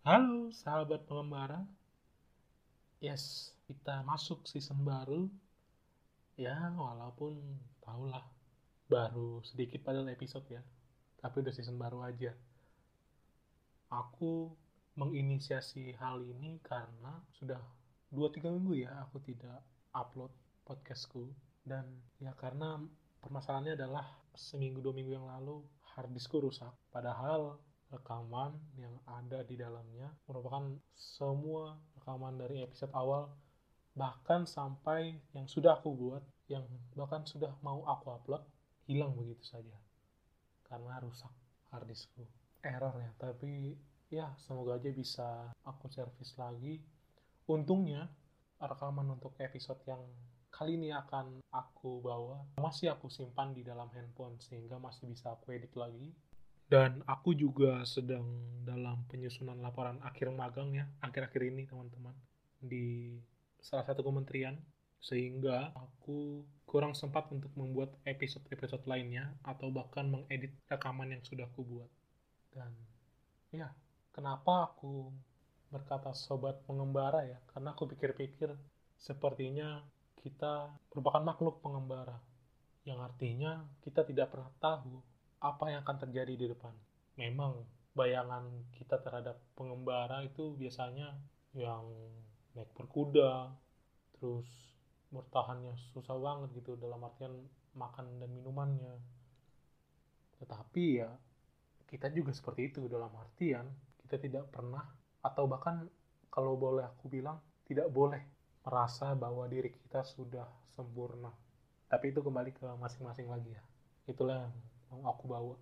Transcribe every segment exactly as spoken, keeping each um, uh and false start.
Halo sahabat pengembara, yes kita masuk season baru. Ya walaupun tahulah baru sedikit padahal episode ya, tapi udah season baru aja. Aku menginisiasi hal ini karena sudah dua tiga minggu ya aku tidak upload podcastku. Dan ya karena permasalahannya adalah seminggu dua minggu yang lalu harddiskku rusak. Padahal rekaman yang ada di dalamnya merupakan semua rekaman dari episode awal, bahkan sampai yang sudah aku buat, yang bahkan sudah mau aku upload, hilang begitu saja karena rusak harddiskku. Error ya, tapi ya semoga aja bisa aku servis lagi. Untungnya rekaman untuk episode yang kali ini akan aku bawa masih aku simpan di dalam handphone sehingga masih bisa aku edit lagi. Dan aku juga sedang dalam penyusunan laporan akhir magang ya, akhir-akhir ini teman-teman, di salah satu kementerian, sehingga aku kurang sempat untuk membuat episode-episode lainnya atau bahkan mengedit rekaman yang sudah aku buat. Dan ya, kenapa aku berkata sobat pengembara ya? Karena aku pikir-pikir sepertinya kita merupakan makhluk pengembara, yang artinya kita tidak pernah tahu apa yang akan terjadi di depan. Memang bayangan kita terhadap pengembara itu biasanya yang naik berkuda, terus bertahannya susah banget gitu dalam artian makan dan minumannya. Tetapi ya kita juga seperti itu dalam artian kita tidak pernah, atau bahkan kalau boleh aku bilang tidak boleh merasa bahwa diri kita sudah sempurna. Tapi itu kembali ke masing-masing lagi ya. Itulah yang mau aku bawa.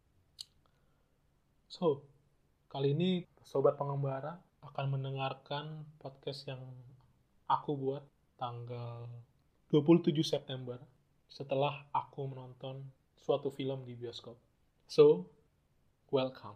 So, kali ini Sobat Pengembara akan mendengarkan podcast yang aku buat tanggal dua puluh tujuh September setelah aku menonton suatu film di bioskop. So, welcome.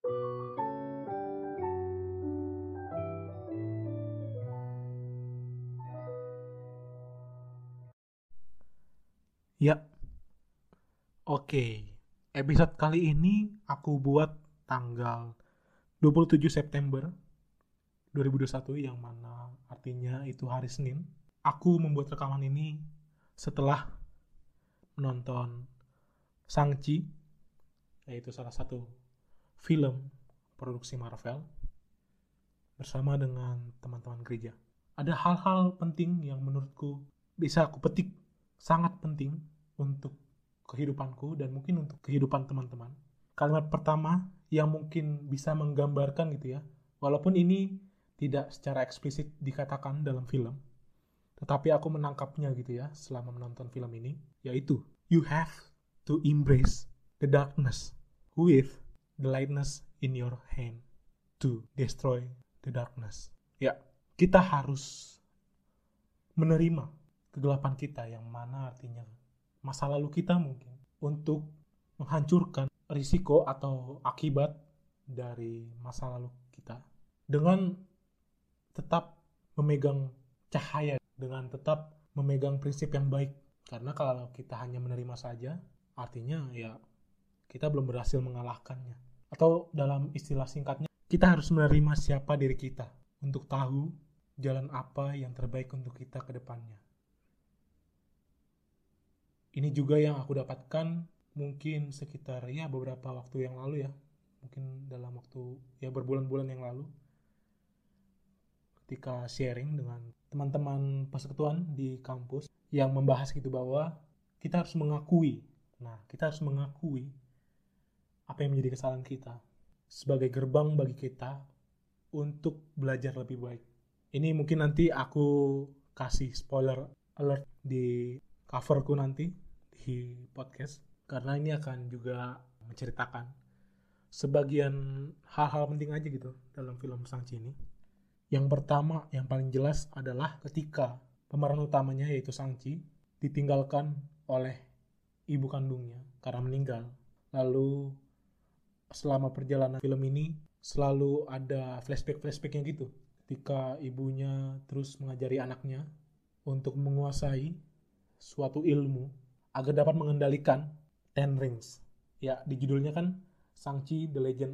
Ya, oke. Episode kali ini aku buat tanggal dua puluh tujuh September dua ribu dua puluh satu, yang mana artinya itu hari Senin. Aku membuat rekaman ini setelah menonton Shang-Chi, yaitu salah satu film produksi Marvel, bersama dengan teman-teman gereja. Ada hal-hal penting yang menurutku bisa aku petik, sangat penting untuk kehidupanku dan mungkin untuk kehidupan teman-teman. Kalimat pertama yang mungkin bisa menggambarkan gitu ya, walaupun ini tidak secara eksplisit dikatakan dalam film, tetapi aku menangkapnya gitu ya selama menonton film ini, yaitu you have to embrace the darkness with the lightness in your hand to destroy the darkness. Ya, kita harus menerima kegelapan kita, yang mana artinya masa lalu kita mungkin, untuk menghancurkan risiko atau akibat dari masa lalu kita dengan tetap memegang cahaya, dengan tetap memegang prinsip yang baik. Karena kalau kita hanya menerima saja, artinya ya kita belum berhasil mengalahkannya. Atau dalam istilah singkatnya, kita harus menerima siapa diri kita untuk tahu jalan apa yang terbaik untuk kita ke depannya. Ini juga yang aku dapatkan mungkin sekitar ya beberapa waktu yang lalu ya. Mungkin dalam waktu ya berbulan-bulan yang lalu, ketika sharing dengan teman-teman persekutuan di kampus yang membahas gitu bahwa kita harus mengakui. Nah, kita harus mengakui apa yang menjadi kesalahan kita sebagai gerbang bagi kita untuk belajar lebih baik. Ini mungkin nanti aku kasih spoiler alert di coverku nanti di podcast, karena ini akan juga menceritakan sebagian hal-hal penting aja gitu dalam film Shang-Chi ini. Yang pertama, yang paling jelas adalah ketika pemeran utamanya yaitu Shang-Chi ditinggalkan oleh ibu kandungnya karena meninggal. Lalu selama perjalanan film ini selalu ada flashback-flashbacknya gitu, ketika ibunya terus mengajari anaknya untuk menguasai suatu ilmu agar dapat mengendalikan Ten Rings. Ya, di judulnya kan Shang-Chi The Legend of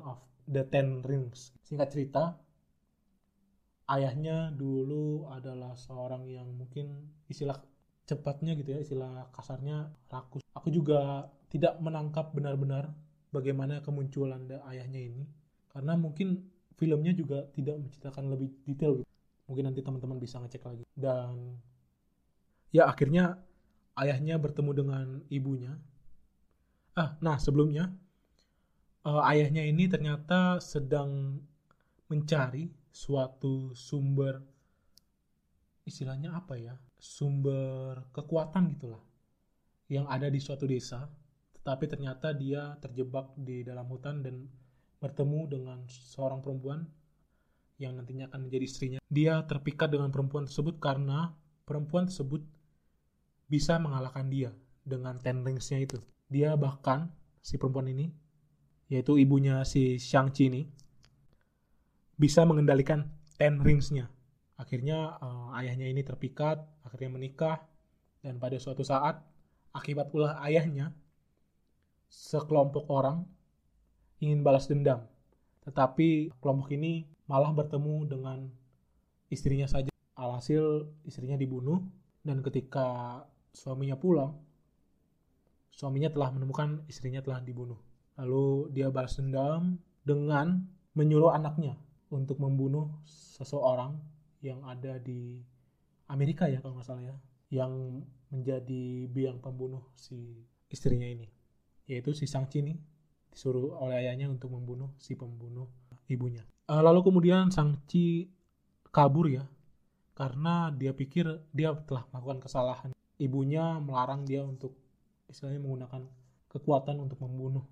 The Ten Rings. Singkat cerita, ayahnya dulu adalah seorang yang mungkin istilah cepatnya gitu ya, istilah kasarnya rakus. Aku juga tidak menangkap benar-benar bagaimana kemunculan ayahnya ini, karena mungkin filmnya juga tidak menceritakan lebih detail gitu. Mungkin nanti teman-teman bisa ngecek lagi. Dan ya akhirnya ayahnya bertemu dengan ibunya. Ah, nah sebelumnya uh, ayahnya ini ternyata sedang mencari suatu sumber, istilahnya apa ya, sumber kekuatan gitulah, yang ada di suatu desa. Tetapi ternyata dia terjebak di dalam hutan dan bertemu dengan seorang perempuan yang nantinya akan menjadi istrinya. Dia terpikat dengan perempuan tersebut karena perempuan tersebut bisa mengalahkan dia dengan ten rings-nya itu. Dia bahkan, si perempuan ini, yaitu ibunya si Shang-Chi ini, bisa mengendalikan ten rings-nya. Akhirnya uh, ayahnya ini terpikat, akhirnya menikah, dan pada suatu saat, akibat ulah ayahnya, sekelompok orang ingin balas dendam. Tetapi kelompok ini malah bertemu dengan istrinya saja. Alhasil istrinya dibunuh, dan ketika suaminya pulang, suaminya telah menemukan istrinya telah dibunuh. Lalu dia balas dendam dengan menyuruh anaknya untuk membunuh seseorang yang ada di Amerika ya kalau nggak salah ya, yang menjadi biang pembunuh si istrinya ini, yaitu si Shang-Chi ini disuruh oleh ayahnya untuk membunuh si pembunuh ibunya. Uh, lalu kemudian Shang-Chi kabur ya, karena dia pikir dia telah melakukan kesalahan. Ibunya melarang dia untuk istilahnya menggunakan kekuatan untuk membunuh.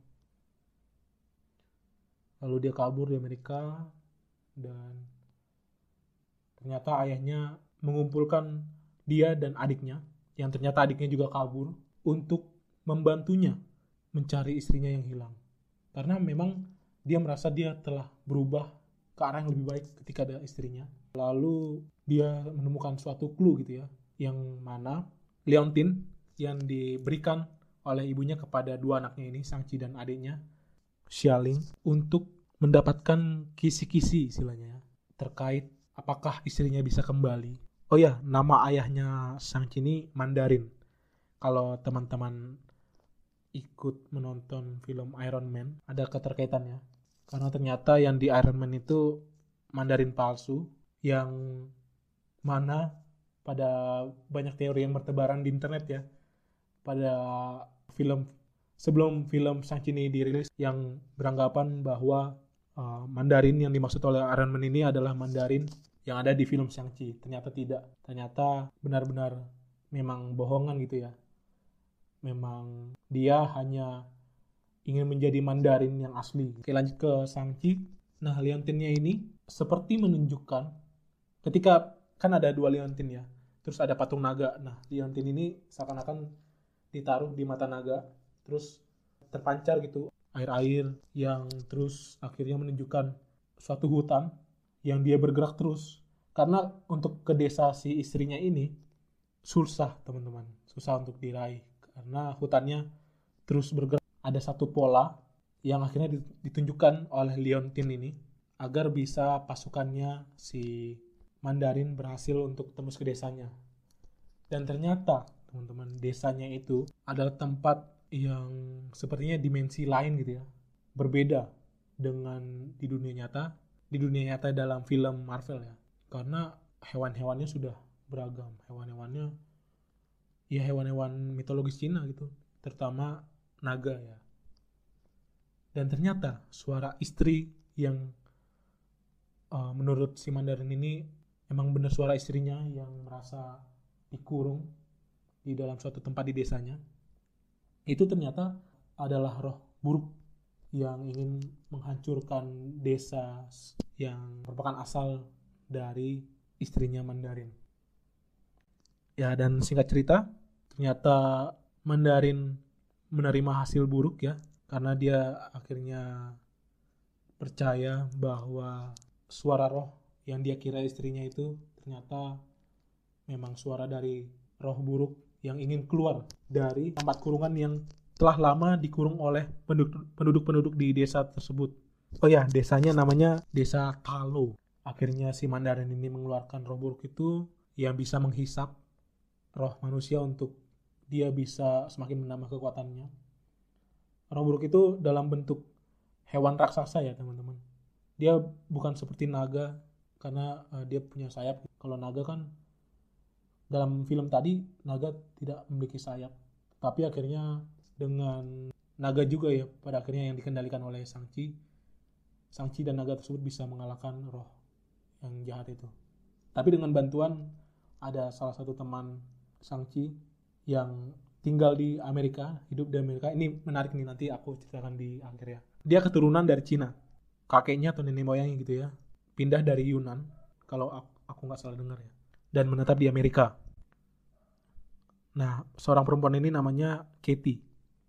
Lalu dia kabur di Amerika, dan ternyata ayahnya mengumpulkan dia dan adiknya, yang ternyata adiknya juga kabur, untuk membantunya mencari istrinya yang hilang. Karena memang dia merasa dia telah berubah ke arah yang lebih baik ketika ada istrinya. Lalu dia menemukan suatu clue gitu ya, yang mana Leontin yang diberikan oleh ibunya kepada dua anaknya ini, Shang-Chi dan adiknya, Xialing, untuk mendapatkan kisi-kisi istilahnya ya, terkait apakah istrinya bisa kembali. Oh ya, nama ayahnya Shang-Chi ini Mandarin. Kalau teman-teman ikut menonton film Iron Man, ada keterkaitannya. Karena ternyata yang di Iron Man itu Mandarin palsu, yang mana pada banyak teori yang bertebaran di internet ya, pada film sebelum film Shang-Chi ini dirilis, yang beranggapan bahwa uh, Mandarin yang dimaksud oleh Iron Man ini adalah Mandarin yang ada di film Shang-Chi. Ternyata tidak. Ternyata benar-benar memang bohongan gitu ya. Memang dia hanya ingin menjadi Mandarin yang asli. Oke, lanjut ke Shang-Chi. Nah, Leontinnya ini seperti menunjukkan, ketika kan ada dua Leontin ya, terus ada patung naga. Nah, Leontin ini seakan-akan ditaruh di mata naga, terus terpancar gitu air-air yang terus akhirnya menunjukkan suatu hutan yang dia bergerak terus. Karena untuk ke desa si istrinya ini susah teman-teman, susah untuk diraih karena hutannya terus bergerak. Ada satu pola yang akhirnya ditunjukkan oleh Leontin ini agar bisa pasukannya si Mandarin berhasil untuk tembus ke desanya. Dan ternyata teman-teman, desanya itu adalah tempat yang sepertinya dimensi lain gitu ya, berbeda dengan di dunia nyata, di dunia nyata dalam film Marvel ya. Karena hewan-hewannya sudah beragam, hewan-hewannya ya hewan-hewan mitologis Cina gitu, terutama naga ya. Dan ternyata suara istri yang uh, menurut si Mandarin ini emang benar suara istrinya yang merasa dikurung di dalam suatu tempat di desanya, itu ternyata adalah roh buruk yang ingin menghancurkan desa yang merupakan asal dari istrinya Mandarin. Ya, dan singkat cerita, ternyata Mandarin menerima hasil buruk ya, karena dia akhirnya percaya bahwa suara roh yang dia kira istrinya itu ternyata memang suara dari roh buruk yang ingin keluar dari tempat kurungan yang telah lama dikurung oleh penduduk-penduduk di desa tersebut. Oh ya, desanya namanya Desa Talo. Akhirnya si Mandarin ini mengeluarkan roh buruk itu yang bisa menghisap roh manusia untuk dia bisa semakin menambah kekuatannya. Roh buruk itu dalam bentuk hewan raksasa ya teman-teman. Dia bukan seperti naga karena uh, dia punya sayap. Kalau naga kan dalam film tadi naga tidak memiliki sayap. Tapi akhirnya dengan naga juga ya pada akhirnya yang dikendalikan oleh Shang-Chi. Shang-Chi dan naga tersebut bisa mengalahkan roh yang jahat itu. Tapi dengan bantuan ada salah satu teman Shang-Chi yang tinggal di Amerika, hidup di Amerika. Ini menarik nih, nanti aku ceritakan di akhir ya. Dia keturunan dari Cina. Kakeknya atau nenek moyangnya gitu ya. Pindah dari Yunan, kalau aku nggak salah dengar ya. Dan menetap di Amerika. Nah, seorang perempuan ini namanya Katie.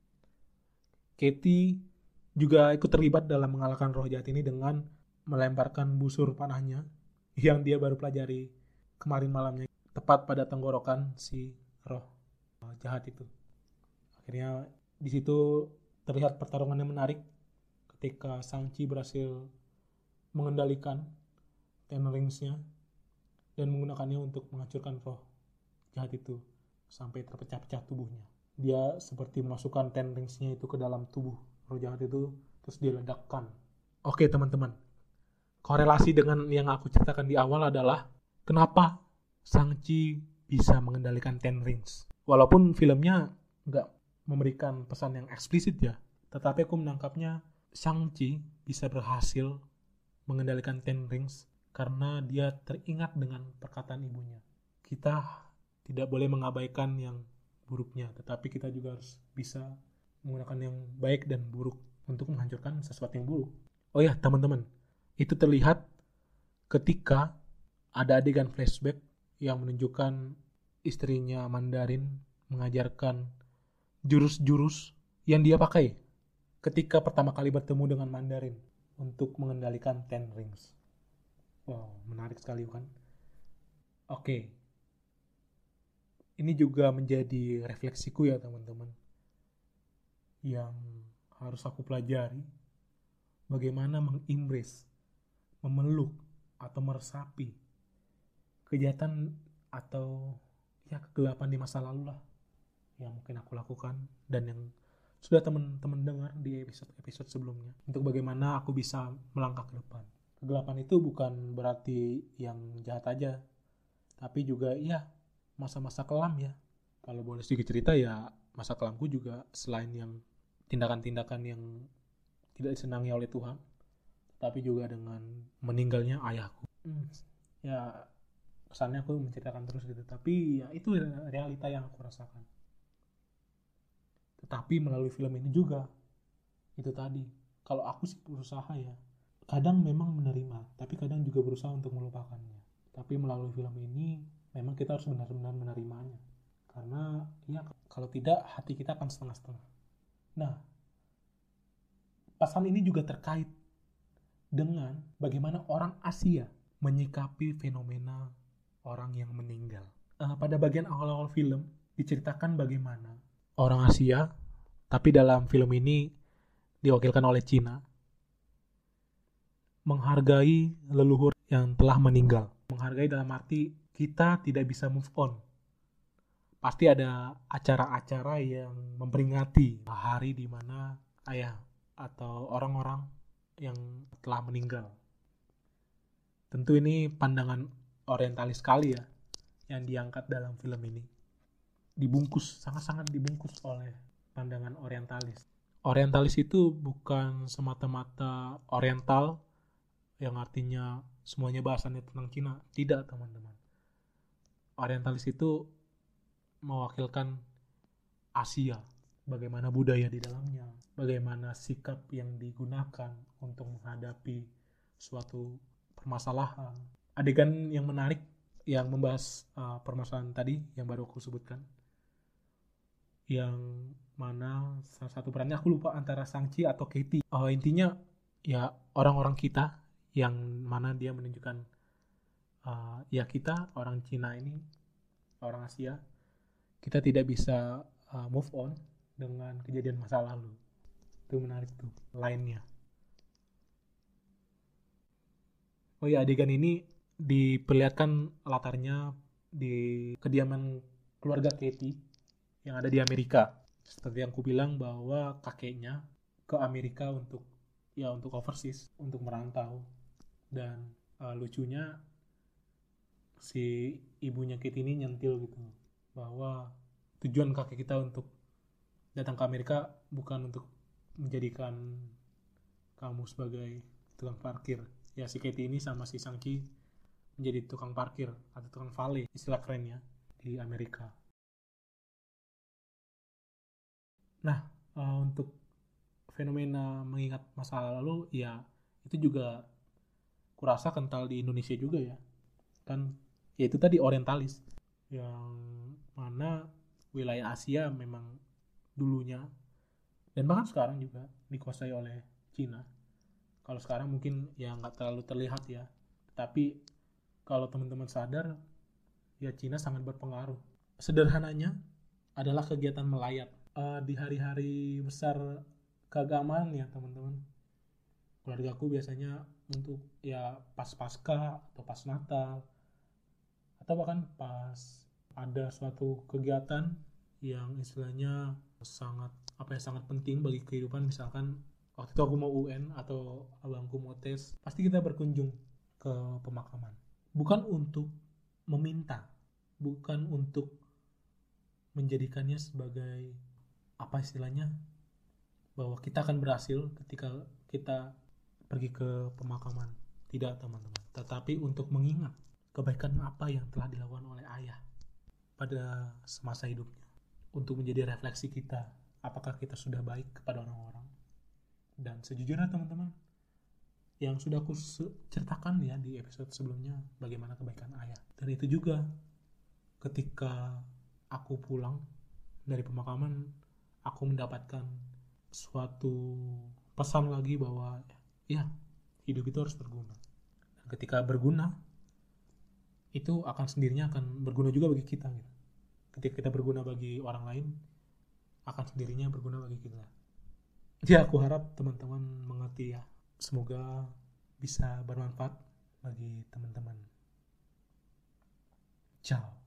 Katie juga ikut terlibat dalam mengalahkan roh jahat ini dengan melemparkan busur panahnya yang dia baru pelajari kemarin malamnya tepat pada tenggorokan si roh jahat itu. Akhirnya di situ terlihat pertarungan yang menarik ketika Shang-Chi berhasil mengendalikan Ten Rings-nya dan menggunakannya untuk menghancurkan roh jahat itu sampai terpecah-pecah tubuhnya. Dia seperti memasukkan Ten Rings-nya itu ke dalam tubuh roh jahat itu, terus dia ledakkan. Oke teman-teman, korelasi dengan yang aku ceritakan di awal adalah kenapa Shang-Chi bisa mengendalikan Ten Rings. Walaupun filmnya nggak memberikan pesan yang eksplisit ya, tetapi aku menangkapnya Shang-Chi bisa berhasil mengendalikan Ten Rings karena dia teringat dengan perkataan ibunya. Kita tidak boleh mengabaikan yang buruknya, tetapi kita juga harus bisa menggunakan yang baik dan buruk untuk menghancurkan sesuatu yang buruk. Oh ya teman-teman, itu terlihat ketika ada adegan flashback yang menunjukkan istrinya Mandarin mengajarkan jurus-jurus yang dia pakai ketika pertama kali bertemu dengan Mandarin untuk mengendalikan Ten Rings. Wow, menarik sekali kan? Oke. Ini juga menjadi refleksiku ya teman-teman. Yang harus aku pelajari bagaimana mengembrace, memeluk atau meresapi kejahatan atau ya kegelapan di masa lalu lah yang mungkin aku lakukan dan yang sudah teman-teman dengar di episode-episode sebelumnya untuk bagaimana aku bisa melangkah ke depan. Kegelapan itu bukan berarti yang jahat aja, tapi juga ya masa-masa kelam ya. Kalau boleh sedikit cerita ya, masa kelamku juga selain yang tindakan-tindakan yang tidak disenangi oleh Tuhan, tapi juga dengan meninggalnya ayahku. Hmm, ya kesannya aku menceritakan terus gitu, tapi ya itu realita yang aku rasakan. Tetapi melalui film ini juga itu tadi, kalau aku sih berusaha ya, kadang memang menerima, tapi kadang juga berusaha untuk melupakannya. Tapi melalui film ini memang kita harus benar-benar menerimanya, karena ya kalau tidak hati kita akan setengah-setengah. Nah, pasal ini juga terkait dengan bagaimana orang Asia menyikapi fenomena orang yang meninggal. Uh, pada bagian awal-awal film diceritakan bagaimana orang Asia, tapi dalam film ini diwakilkan oleh Cina, menghargai leluhur yang telah meninggal. Menghargai dalam arti kita tidak bisa move on. Pasti ada acara-acara yang memperingati hari di mana ayah atau orang-orang yang telah meninggal. Tentu ini pandangan orientalis sekali ya yang diangkat dalam film ini. Dibungkus, sangat-sangat dibungkus oleh pandangan orientalis. Orientalis itu bukan semata-mata oriental yang artinya semuanya bahasannya tentang Cina. Tidak teman-teman. Orientalis itu mewakilkan Asia, bagaimana budaya di dalamnya, bagaimana sikap yang digunakan untuk menghadapi suatu permasalahan. Adegan yang menarik yang membahas uh, permasalahan tadi yang baru aku sebutkan, yang mana salah satu perannya aku lupa antara Shang-Chi atau Katie. Uh, intinya ya orang-orang kita yang mana dia menunjukkan uh, ya kita orang Cina ini, orang Asia, kita tidak bisa uh, move on dengan kejadian masa lalu. Itu menarik tuh lainnya. Oh ya, adegan ini diperlihatkan latarnya di kediaman keluarga Katie yang ada di Amerika. Seperti yang ku bilang bahwa kakeknya ke Amerika untuk ya untuk overseas, untuk merantau. Dan uh, lucunya si ibunya Katie ini nyentil gitu bahwa tujuan kakek kita untuk datang ke Amerika bukan untuk menjadikan kamu sebagai tukang parkir. Ya si Katie ini sama si Sangki menjadi tukang parkir atau tukang valet, istilah kerennya di Amerika. Nah, uh, untuk fenomena mengingat masa lalu, ya itu juga kurasa kental di Indonesia juga ya. Kan, ya itu tadi orientalis, yang mana wilayah Asia memang dulunya, dan bahkan sekarang juga dikuasai oleh Cina. Kalau sekarang mungkin ya nggak terlalu terlihat ya, tapi kalau teman-teman sadar, ya Cina sangat berpengaruh. Sederhananya adalah kegiatan melayat. Uh, di hari-hari besar keagamaan ya teman-teman. Keluargaku biasanya untuk ya pas Pasca atau pas Natal atau bahkan pas ada suatu kegiatan yang istilahnya sangat apa ya sangat penting bagi kehidupan, misalkan waktu itu aku mau U N atau abangku mau tes, pasti kita berkunjung ke pemakaman. Bukan untuk meminta, bukan untuk menjadikannya sebagai apa istilahnya bahwa kita akan berhasil ketika kita pergi ke pemakaman. Tidak teman-teman, tetapi untuk mengingat kebaikan apa yang telah dilakukan oleh ayah pada semasa hidupnya, untuk menjadi refleksi kita apakah kita sudah baik kepada orang-orang. Dan sejujurnya teman-teman, yang sudah aku ceritakan ya di episode sebelumnya bagaimana kebaikan ayah, dan itu juga ketika aku pulang dari pemakaman, aku mendapatkan suatu pesan lagi bahwa ya hidup itu harus berguna. Dan ketika berguna, itu akan sendirinya akan berguna juga bagi kita gitu. Ketika kita berguna bagi orang lain, akan sendirinya berguna bagi kita. Ya aku harap teman-teman mengerti ya. Semoga bisa bermanfaat bagi teman-teman. Ciao.